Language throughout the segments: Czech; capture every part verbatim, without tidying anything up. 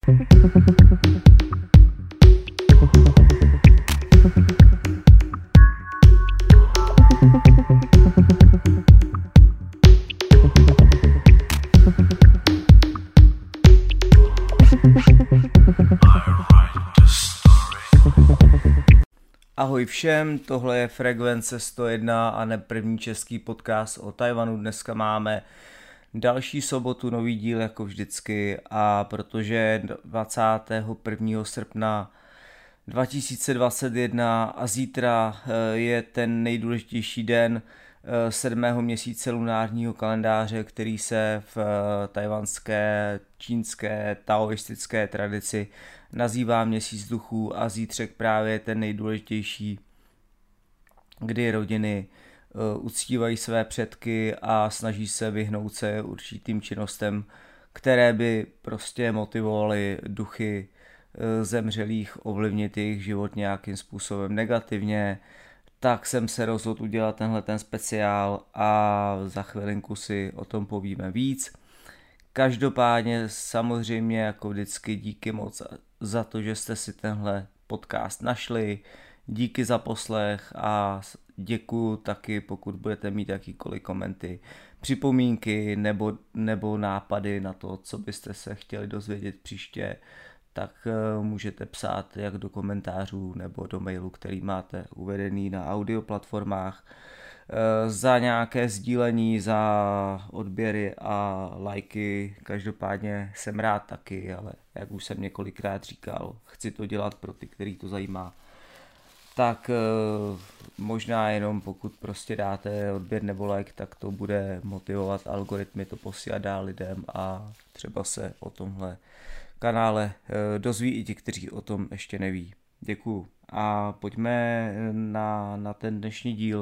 Ahoj všem, tohle je Frekvence sto jedna a ne první český podcast o Tchaj-wanu. Dneska máme další sobotu, nový díl jako vždycky, a protože dvacátého prvního srpna dva tisíce dvacet jedna a zítra je ten nejdůležitější den sedmého měsíce lunárního kalendáře, který se v tchajwanské, čínské, taoistické tradici nazývá měsíc duchů, a zítřek právě ten nejdůležitější, kdy rodiny uctívají své předky a snaží se vyhnout se určitým činnostem, které by prostě motivovaly duchy zemřelých ovlivnit jejich život nějakým způsobem negativně. Tak jsem se rozhodl udělat tenhle ten speciál a za chvilinku si o tom povíme víc. Každopádně samozřejmě jako vždycky díky moc za to, že jste si tenhle podcast našli, díky za poslech a děkuju taky, pokud budete mít jakýkoliv komenty, připomínky nebo, nebo nápady na to, co byste se chtěli dozvědět příště, tak můžete psát jak do komentářů nebo do mailu, který máte uvedený na audio platformách. Za nějaké sdílení, za odběry a lajky, každopádně jsem rád taky, ale jak už jsem několikrát říkal, chci to dělat pro ty, který to zajímá. Tak možná jenom pokud prostě dáte odběr nebo like, tak to bude motivovat algoritmy to posílat dál lidem a třeba se o tomhle kanále dozví i ti, kteří o tom ještě neví. Děkuju. A pojďme na, na ten dnešní díl.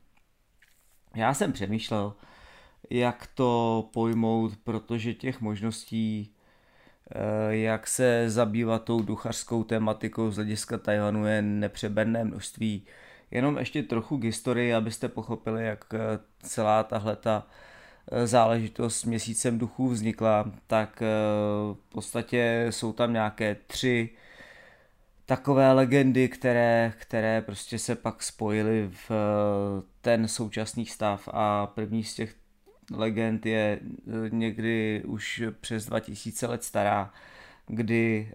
Já jsem přemýšlel, jak to pojmout, protože těch možností, jak se zabývat tou duchařskou tematikou z hlediska Tchaj-wanu, je nepřeberné množství. Jenom ještě trochu k historii, abyste pochopili, jak celá tahleta záležitost s měsícem duchů vznikla, tak v podstatě jsou tam nějaké tři takové legendy, které, které prostě se pak spojily v ten současný stav, a první z těch legend je někdy už přes dva tisíce let stará, kdy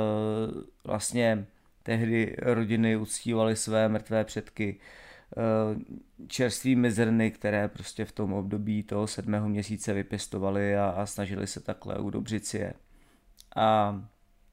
vlastně tehdy rodiny uctívaly své mrtvé předky čerstvými zrny, které prostě v tom období toho sedmého měsíce vypěstovali a, a snažili se takhle udobřit si je. A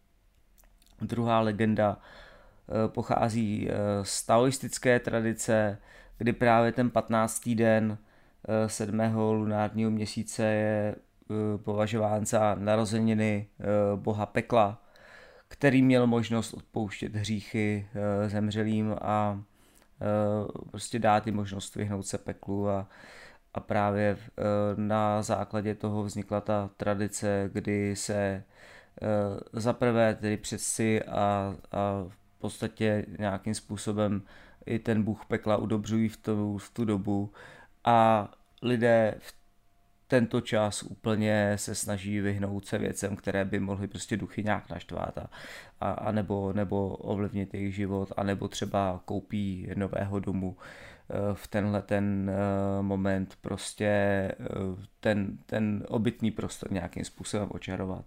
druhá legenda pochází z taoistické tradice, kdy právě ten patnáctý den sedmého lunárního měsíce je považován za narozeniny boha pekla, který měl možnost odpouštět hříchy zemřelým a prostě dát jim možnost vyhnout se peklu, a, a právě na základě toho vznikla ta tradice, kdy se za prvé tedy předci a, a v podstatě nějakým způsobem i ten bůh pekla udobřují v tu, v tu dobu, a lidé v tento čas úplně se snaží vyhnout se věcem, které by mohly prostě duchy nějak naštvat a, a, a nebo, nebo ovlivnit jejich život, a nebo třeba koupí nového domu v tenhle ten moment prostě ten, ten obytný prostor nějakým způsobem očarovat.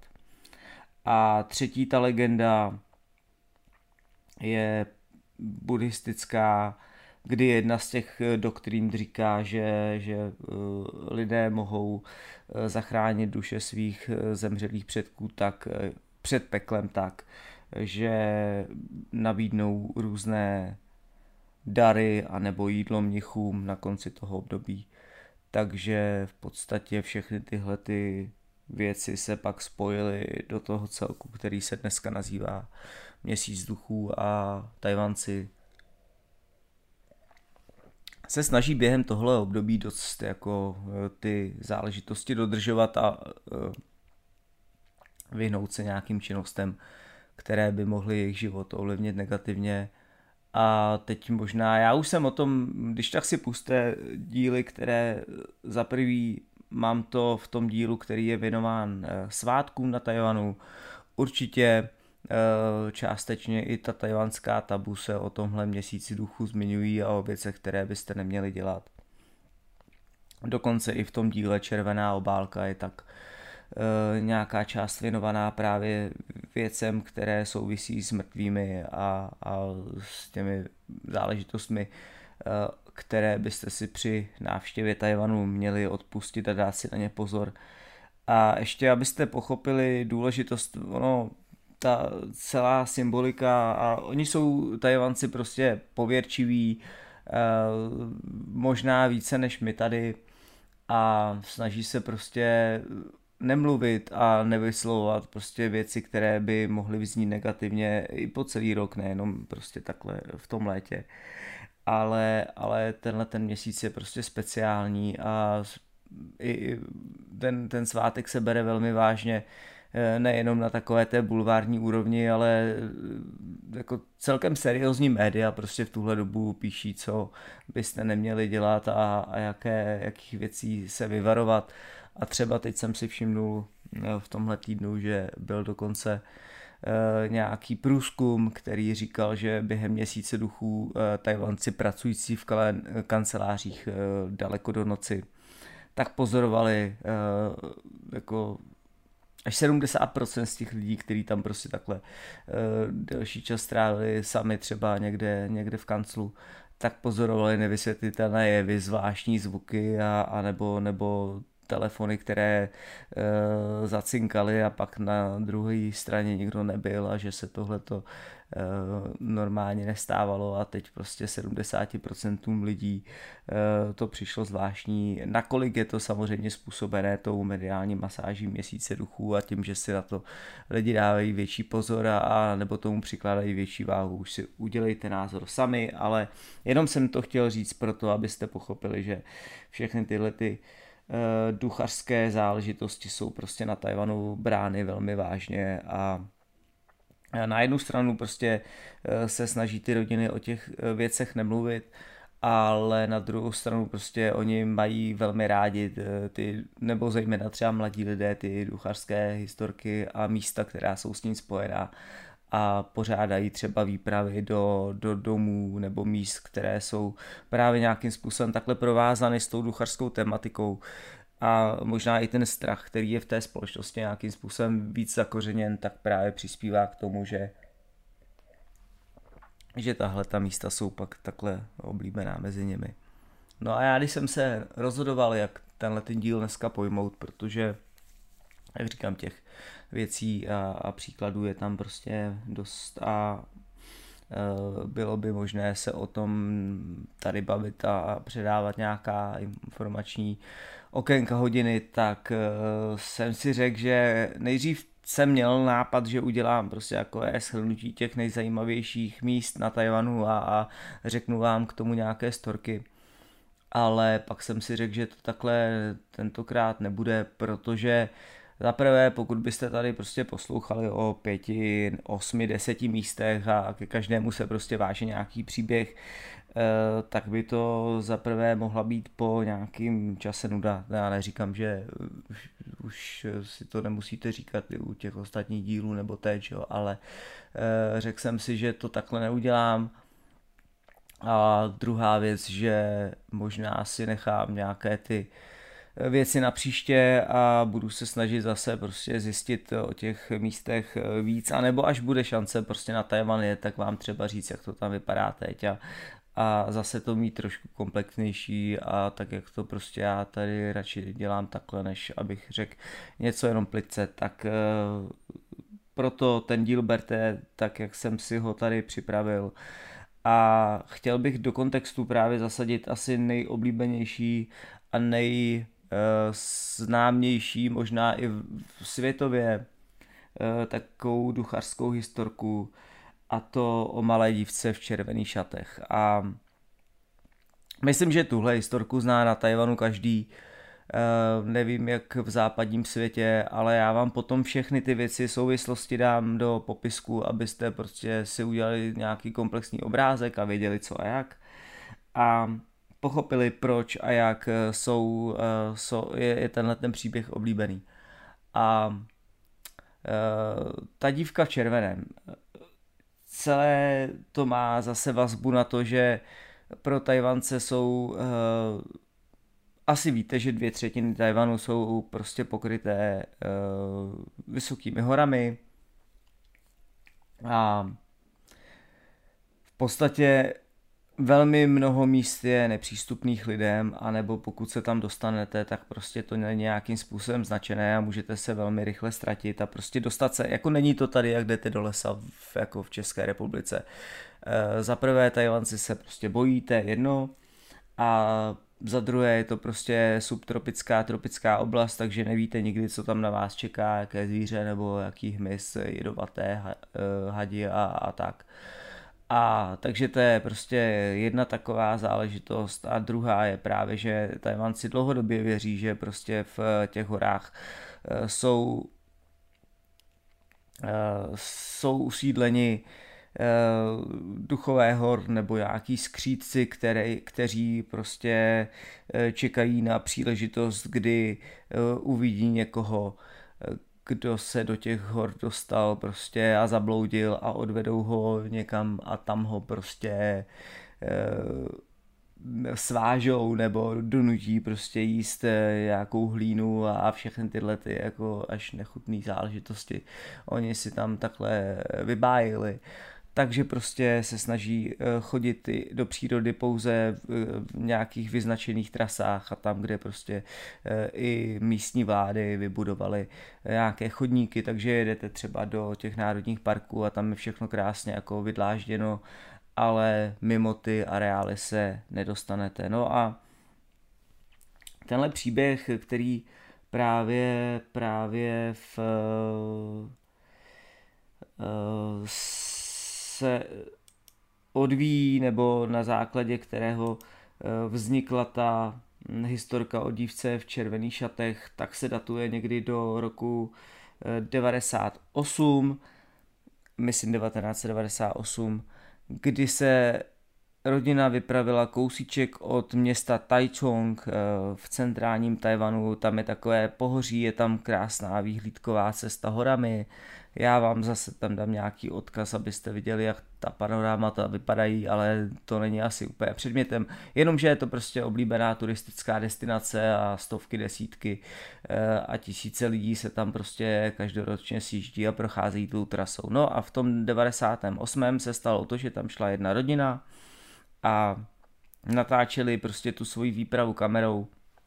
A třetí ta legenda je buddhistická, kdy jedna z těch doktrín říká, že, že lidé mohou zachránit duše svých zemřelých předků tak, před peklem tak, že nabídnou různé dary anebo jídlo mnichům na konci toho období. Takže v podstatě všechny tyhle ty věci se pak spojily do toho celku, který se dneska nazývá Měsíc duchů, a Tchajwanci se snaží během tohle období dost jako ty záležitosti dodržovat a vyhnout se nějakým činnostem, které by mohly jejich život ovlivnit negativně. A teď možná, já už jsem o tom, když tak si pusťte díly, které za prvý mám to v tom dílu, který je věnován svátkům na Tchaj-wanu, určitě částečně i ta tajvanská tabu se o tomhle měsíci duchu zmiňují a o věcech, které byste neměli dělat. Dokonce i v tom díle Červená obálka je tak e, nějaká část věnovaná právě věcem, které souvisí s mrtvými a, a s těmi záležitostmi, e, které byste si při návštěvě Tajvanu měli odpustit a dát si na ně pozor. A ještě abyste pochopili důležitost, ono, ta celá symbolika, a oni jsou Tajvanci prostě pověrčiví, e, možná více než my tady, a snaží se prostě nemluvit a nevyslovovat prostě věci, které by mohly vyznít negativně i po celý rok, nejenom prostě takhle v tom létě. Ale, ale tenhle ten měsíc je prostě speciální a i ten, ten svátek se bere velmi vážně, nejenom na takové té bulvární úrovni, ale jako celkem seriózní média prostě v tuhle dobu píší, co byste neměli dělat a, a jaké, jakých věcí se vyvarovat. A třeba teď jsem si všimnul v tomhle týdnu, že byl dokonce e, nějaký průzkum, který říkal, že během měsíce duchů e, Tajvanci pracující v kalen, kancelářích e, daleko do noci tak pozorovali e, jako až sedmdesát procent z těch lidí, kteří tam prostě takhle uh, delší čas strávili sami třeba někde, někde v kanclu, tak pozorovali nevysvětlitelné jevy, zvláštní zvuky a, a nebo, nebo telefony, které uh, zacinkaly a pak na druhé straně nikdo nebyl a že se tohleto uh, normálně nestávalo a teď prostě sedmdesát procent lidí uh, to přišlo zvláštní. Nakolik je to samozřejmě způsobené tou mediální masáží měsíce duchů a tím, že si na to lidi dávají větší pozor a, a nebo tomu přikládají větší váhu. Už si udělejte názor sami, ale jenom jsem to chtěl říct proto, abyste pochopili, že všechny tyhle ty duchařské záležitosti jsou prostě na Tajvanu brány velmi vážně a na jednu stranu prostě se snaží ty rodiny o těch věcech nemluvit, ale na druhou stranu prostě oni mají velmi rádi ty, nebo zejména třeba mladí lidé, ty duchařské historky a místa, která jsou s ním spojená a pořádají třeba výpravy do, do domů nebo míst, které jsou právě nějakým způsobem takhle provázány s tou duchařskou tematikou a možná i ten strach, který je v té společnosti nějakým způsobem víc zakořeněn, tak právě přispívá k tomu, že že tahle ta místa jsou pak takhle oblíbená mezi nimi. No a já když jsem se rozhodoval, jak tenhle ten díl dneska pojmout, protože jak říkám, těch věcí a, a příkladů je tam prostě dost a e, bylo by možné se o tom tady bavit a, a předávat nějaká informační okénka hodiny, tak e, jsem si řekl, že nejdřív jsem měl nápad, že udělám prostě jako shrnutí těch nejzajímavějších míst na Tajvanu a, a řeknu vám k tomu nějaké storky. Ale pak jsem si řekl, že to takhle tentokrát nebude, protože zaprvé, pokud byste tady prostě poslouchali o pěti, osmi, deseti místech a ke každému se prostě váže nějaký příběh, tak by to zaprvé mohla být po nějakým čase nuda. Já neříkám, že už si to nemusíte říkat i u těch ostatních dílů nebo teď, jo, ale řekl jsem si, že to takhle neudělám. A druhá věc, že možná si nechám nějaké ty věci na příště a budu se snažit zase prostě zjistit o těch místech víc, anebo až bude šance prostě na Tajvan jet, tak vám třeba říct, jak to tam vypadá teď a, a zase to mít trošku komplexnější a tak, jak to prostě já tady radši dělám takhle, než abych řekl něco jenom plytce, tak uh, proto ten díl berte tak, jak jsem si ho tady připravil. A chtěl bych do kontextu právě zasadit asi nejoblíbenější a nejznámější, možná i světově, takovou duchařskou historku, a to o malé dívce v červených šatech. A myslím, že tuhle historku zná na Tajvanu každý. Uh, nevím jak v západním světě, ale já vám potom všechny ty věci souvislosti dám do popisku, abyste prostě si udělali nějaký komplexní obrázek a věděli co a jak a pochopili proč a jak jsou, uh, jsou, je, je tenhle ten příběh oblíbený. A Ta dívka v červeném. Celé to má zase vazbu na to, že pro Tajvance jsou, asi víte, že dvě třetiny Tajvanu jsou prostě pokryté vysokými horami a v podstatě velmi mnoho míst je nepřístupných lidem, anebo pokud se tam dostanete, tak prostě to není nějakým způsobem značené a můžete se velmi rychle ztratit a prostě dostat se, jako není to tady, jak jdete do lesa, v, jako v České republice. E, za prvé Tajvanci se prostě bojí, to je jedno, a za druhé je to prostě subtropická, tropická oblast, takže nevíte nikdy, co tam na vás čeká, jaké zvíře nebo jaký hmyz, jedovaté hadi a, a tak. A takže to je prostě jedna taková záležitost a druhá je právě, že Tajvanci dlouhodobě věří, že prostě v těch horách jsou, jsou usídleni duchové hor nebo nějaký skřídci, které, kteří prostě čekají na příležitost, kdy uvidí někoho, kdo se do těch hor dostal prostě a zabloudil a odvedou ho někam a tam ho prostě e, svážou nebo donutí prostě jíst nějakou hlínu a všechny tyhle ty jako až nechutné záležitosti. Oni si tam takhle vybájili. Takže prostě se snaží chodit do přírody pouze v nějakých vyznačených trasách a tam, kde prostě i místní vlády vybudovaly nějaké chodníky, takže jedete třeba do těch národních parků a tam je všechno krásně jako vydlážděno, ale mimo ty areály se nedostanete. No a tenhle příběh, který právě, právě v se odvíjí, nebo na základě kterého vznikla ta historka o dívce v červených šatech, tak se datuje někdy do roku devadesát osm, myslím devatenáct set devadesát osm, kdy se rodina vypravila kousíček od města Taichung v centrálním Tajvanu, tam je takové pohoří, je tam krásná výhlídková cesta horami. Já vám zase tam dám nějaký odkaz, abyste viděli, jak ta panorámata vypadají, ale to není asi úplně předmětem. Jenomže je to prostě oblíbená turistická destinace a stovky, desítky a tisíce lidí se tam prostě každoročně sjíždí a procházejí tou trasou. No a v tom devadesátém osmém se stalo to, že tam šla jedna rodina a natáčeli prostě tu svoji výpravu kamerou.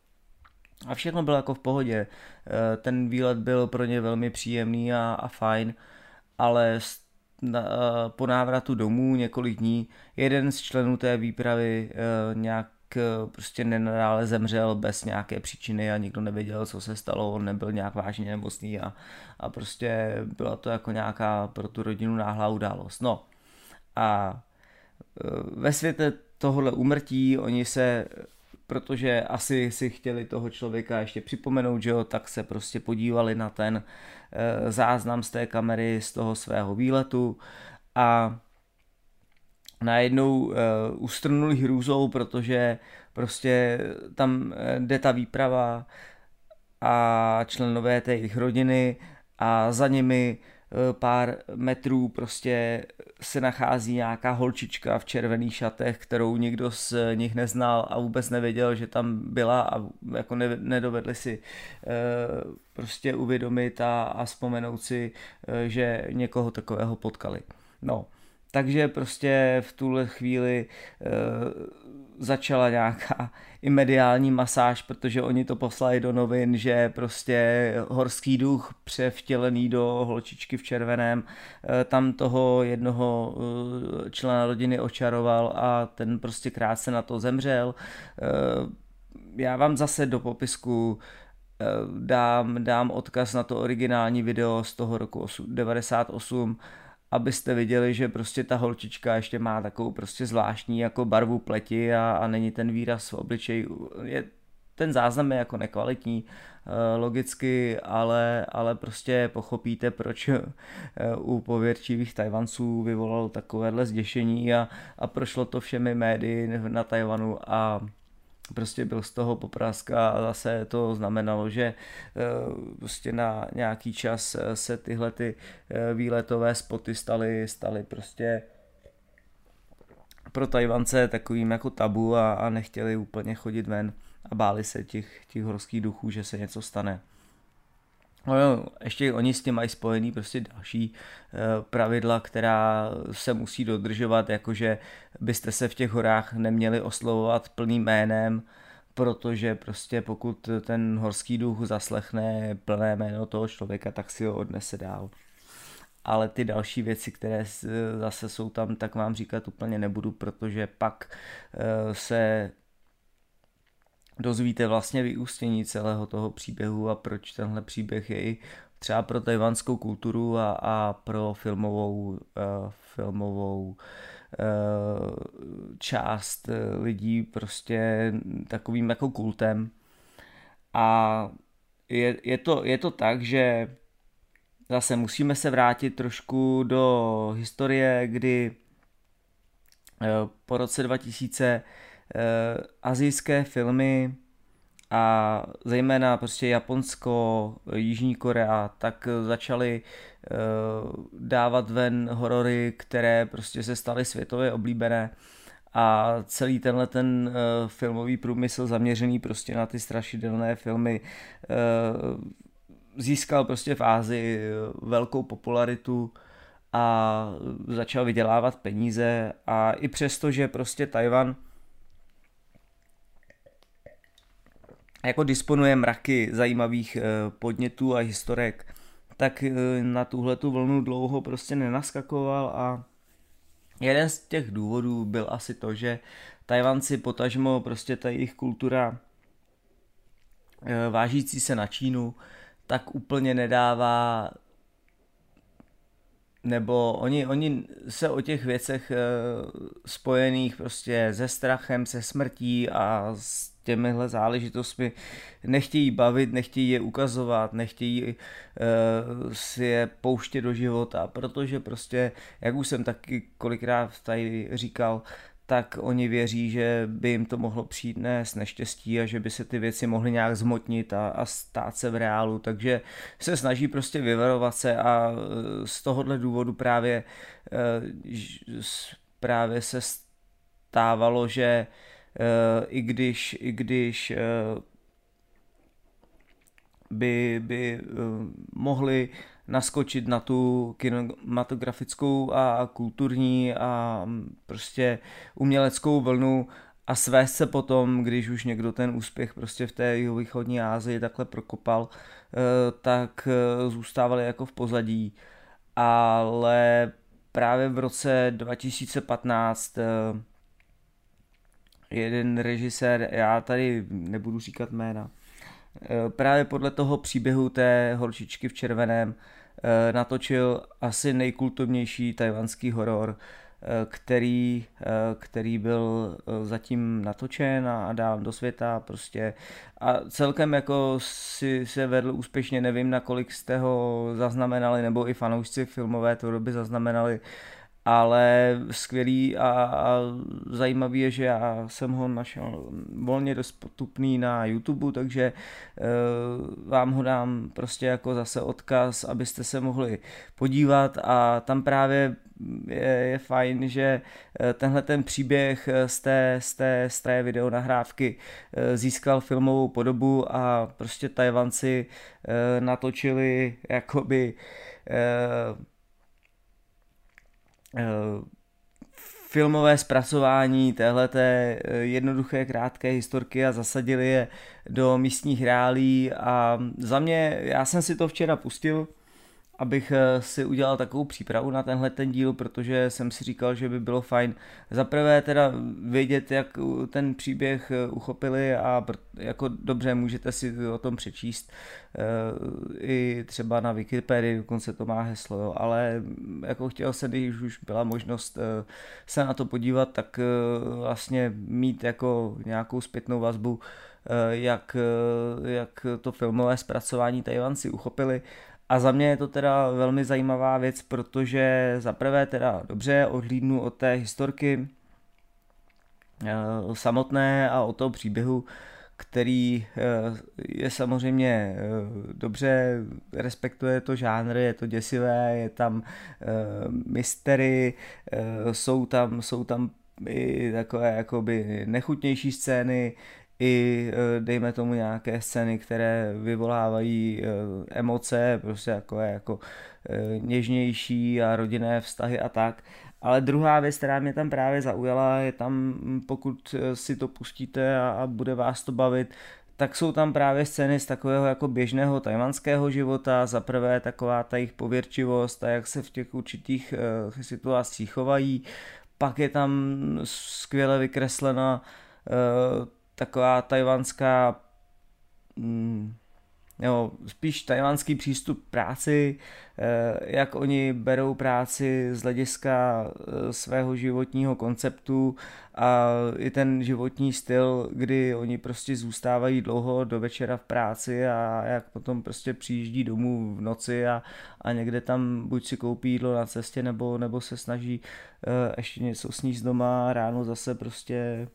A všechno bylo jako v pohodě. Ten výlet byl pro ně velmi příjemný a, a fajn, ale na, po návratu domů několik dní jeden z členů té výpravy nějak prostě nenadále zemřel bez nějaké příčiny a nikdo nevěděl, co se stalo, on nebyl nějak vážně nemocný a, a prostě byla to jako nějaká pro tu rodinu náhlá událost. No a ve světle tohohle úmrtí oni se, protože asi si chtěli toho člověka ještě připomenout, že jo, tak se prostě podívali na ten e, záznam z té kamery z toho svého výletu a najednou e, ustrnuli hrůzou, protože prostě tam jde ta výprava a členové té jejich rodiny a za nimi pár metrů prostě se nachází nějaká holčička v červených šatech, kterou nikdo z nich neznal a vůbec nevěděl, že tam byla a jako ne, nedovedli si e, prostě uvědomit a, a vzpomenout si, e, že někoho takového potkali. No, takže prostě v tuhle chvíli e, začala nějaká i mediální masáž, protože oni to poslali do novin, že prostě horský duch převtělený do holčičky v červeném tam toho jednoho člena rodiny očaroval a ten prostě krátce na to zemřel. Já vám zase do popisku dám, dám odkaz na to originální video z toho roku devadesát osm, abyste viděli, že prostě ta holčička ještě má takovou prostě zvláštní jako barvu pleti a, a není ten výraz v obličeji. Je, ten záznam je jako nekvalitní, logicky, ale, ale prostě pochopíte, proč u pověrčivých Tajvanců vyvolalo takovéhle zděšení a, a prošlo to všemi médii na Tajvanu a prostě byl z toho popraska a zase to znamenalo, že prostě na nějaký čas se tyhle ty výletové spoty staly, staly prostě pro Tajvance takovým jako tabu a, a nechtěli úplně chodit ven a báli se těch, těch horských duchů, že se něco stane. No jo, ještě oni s tím mají spojený prostě další e, pravidla, která se musí dodržovat, jakože byste se v těch horách neměli oslovovat plným jménem, protože prostě pokud ten horský duch zaslechne plné jméno toho člověka, tak si ho odnese dál. Ale ty další věci, které zase jsou tam, tak vám říkat úplně nebudu, protože pak e, se dozvíte vlastně vyústění celého toho příběhu a proč tenhle příběh je i třeba pro tajvanskou kulturu a, a pro filmovou, uh, filmovou uh, část lidí prostě takovým jako kultem. A je, je, to, je to tak, že zase musíme se vrátit trošku do historie, kdy uh, po roce dva tisíce Uh, asijské filmy a zejména prostě Japonsko, Jižní Korea, tak začaly uh, dávat ven horory, které prostě se staly světově oblíbené a celý tenhle ten uh, filmový průmysl zaměřený prostě na ty strašidelné filmy uh, získal prostě v Ázii velkou popularitu a začal vydělávat peníze a i přesto, že prostě Tajvan jako disponuje mraky zajímavých podnětů a historek, tak na tuhletu vlnu dlouho prostě nenaskakoval a jeden z těch důvodů byl asi to, že Tajvanci potažmo prostě ta jejich kultura vážící se na Čínu tak úplně nedává, nebo oni, oni se o těch věcech spojených prostě se strachem, se smrtí a s těmihle záležitostmi nechtějí bavit, nechtějí je ukazovat, nechtějí uh, si je pouštět do života, protože prostě, jak už jsem taky kolikrát tady říkal, tak oni věří, že by jim to mohlo přijít nést neštěstí a že by se ty věci mohly nějak zmotnit a, a stát se v reálu, takže se snaží prostě vyvarovat se a z tohohle důvodu právě, právě se stávalo, že i když, i když by, by mohli naskočit na tu kinematografickou a kulturní a prostě uměleckou vlnu a svést se potom, když už někdo ten úspěch prostě v té jihovýchodní Asii takhle prokopal, tak zůstávali jako v pozadí. Ale právě v roce dva tisíce patnáct jeden režisér, já tady nebudu říkat jména, právě podle toho příběhu té holčičky v červeném natočil asi nejkultovnější tajvanský horor, který, který byl zatím natočen a dán do světa prostě a celkem jako si se vedl úspěšně, nevím, nakolik jste ho zaznamenali, nebo i fanoušci filmové tvorby zaznamenali, ale skvělý a, a zajímavý je, že já jsem ho našel volně dostupný na YouTube, takže e, vám ho dám prostě jako zase odkaz, abyste se mohli podívat a tam právě je, je fajn, že tenhle ten příběh z té, z té staré videonahrávky získal filmovou podobu a prostě Tajvanci e, natočili jakoby e, filmové zpracování téhleté jednoduché krátké historky a zasadili je do místních reálí a za mě, já jsem si to včera pustil, abych si udělal takovou přípravu na tenhle ten díl, protože jsem si říkal, že by bylo fajn zaprvé teda vědět, jak ten příběh uchopili a jako dobře můžete si o tom přečíst i třeba na Wikipedii, dokonce to má heslo, jo, ale jako chtěl jsem, když už byla možnost se na to podívat, tak vlastně mít jako nějakou zpětnou vazbu, jak, jak to filmové zpracování Tajvanci uchopili. A za mě je to teda velmi zajímavá věc, protože zaprvé teda dobře odhlídnu od té historky, samotné a o toho příběhu, který je samozřejmě dobře, respektuje to žánr, je to děsivé, je tam mystery, jsou tam, jsou tam i takové jakoby nechutnější scény, i dejme tomu nějaké scény, které vyvolávají emoce, prostě takové jako něžnější a rodinné vztahy a tak. Ale druhá věc, která mě tam právě zaujala, je tam, pokud si to pustíte a, a bude vás to bavit, tak jsou tam právě scény z takového jako běžného tajvanského života, za prvé taková ta jejich pověrčivost a jak se v těch určitých uh, situacích chovají, pak je tam skvěle vykreslena uh, taková tajvanská, mm, jo, spíš tajvanský přístup k práci, jak oni berou práci z hlediska svého životního konceptu a i ten životní styl, kdy oni prostě zůstávají dlouho do večera v práci a jak potom prostě přijíždí domů v noci a, a někde tam buď si koupí jídlo na cestě nebo, nebo se snaží ještě něco sníst doma a ráno zase prostě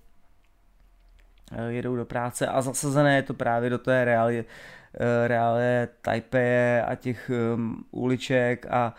jedou do práce a zasazené je to právě do té reálie, reálie Tajpeje a těch um, uliček a,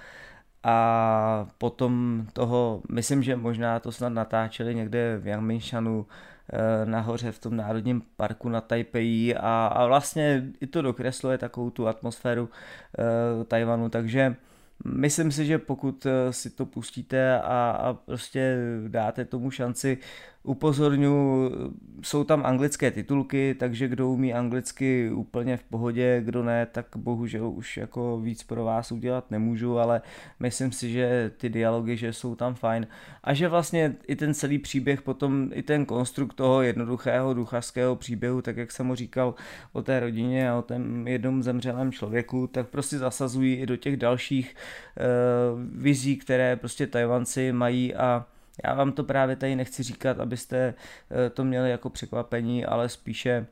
a potom toho, myslím, že možná to snad natáčeli někde v Yangmingshannu nahoře v tom národním parku na Tajpeji a, a vlastně i to dokresluje takovou tu atmosféru uh, Tajvanu, takže myslím si, že pokud si to pustíte a, a prostě dáte tomu šanci, upozorňuji, jsou tam anglické titulky, takže kdo umí anglicky úplně v pohodě, kdo ne, tak bohužel už jako víc pro vás udělat nemůžu, ale myslím si, že ty dialogy, že jsou tam fajn a že vlastně i ten celý příběh, potom i ten konstrukt toho jednoduchého duchařského příběhu, tak jak jsem mu říkal o té rodině a o tom jednom zemřelém člověku, tak prostě zasazují i do těch dalších uh, vizí, které prostě Tajvanci mají a já vám to právě tady nechci říkat, abyste to měli jako překvapení, ale spíše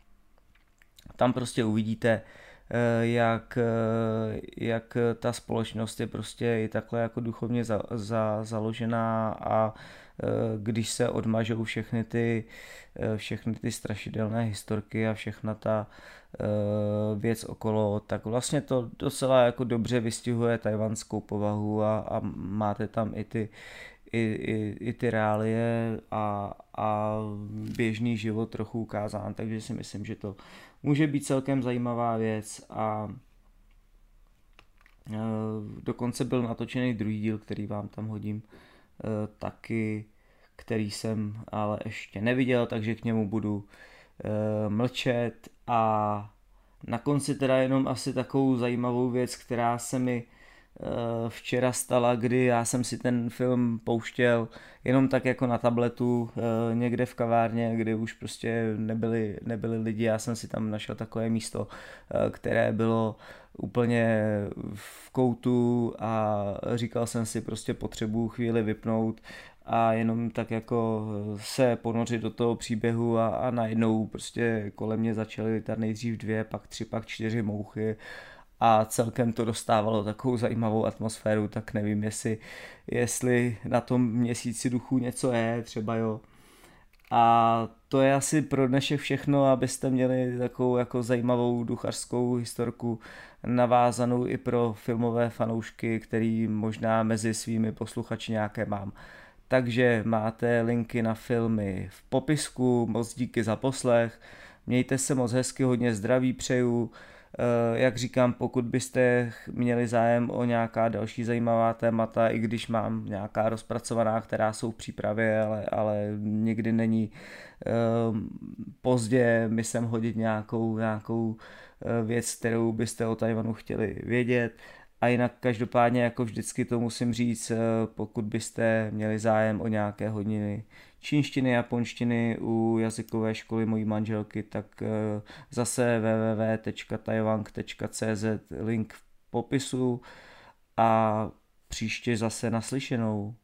tam prostě uvidíte, jak, jak ta společnost je prostě i takhle jako duchovně za, za, založená a když se odmažou všechny ty, všechny ty strašidelné historky a všechna ta věc okolo, tak vlastně to docela jako dobře vystihuje tajvanskou povahu a, a máte tam i ty I, i, i ty reálie a, a běžný život trochu ukázán, takže si myslím, že to může být celkem zajímavá věc a e, dokonce byl natočený druhý díl, který vám tam hodím e, taky, který jsem ale ještě neviděl, takže k němu budu e, mlčet a na konci teda jenom asi takovou zajímavou věc, která se mi včera stala, kdy já jsem si ten film pouštěl jenom tak jako na tabletu někde v kavárně, kdy už prostě nebyli, nebyli lidi, já jsem si tam našel takové místo, které bylo úplně v koutu a říkal jsem si prostě potřebuji chvíli vypnout a jenom tak jako se ponořit do toho příběhu a, a najednou prostě kolem mě začaly tady nejdřív dvě, pak tři, pak čtyři mouchy a celkem to dostávalo takovou zajímavou atmosféru, tak nevím, jestli, jestli na tom měsíci duchů něco je, třeba jo. A to je asi pro dnešek všechno, abyste měli takovou jako zajímavou duchařskou historku navázanou i pro filmové fanoušky, který možná mezi svými posluchači nějaké mám. Takže máte linky na filmy v popisku, moc díky za poslech, mějte se moc hezky, hodně zdraví přeju. Jak říkám, pokud byste měli zájem o nějaká další zajímavá témata, i když mám nějaká rozpracovaná, která jsou v přípravě, ale, ale nikdy není um, pozdě mi sem hodit nějakou, nějakou věc, kterou byste o Tajvanu chtěli vědět. A jinak každopádně, jako vždycky to musím říct, pokud byste měli zájem o nějaké hodiny čínštiny, japonštiny u jazykové školy mojí manželky, tak zase w w w tečka taiwank tečka c z, link v popisu a příště zase naslyšenou.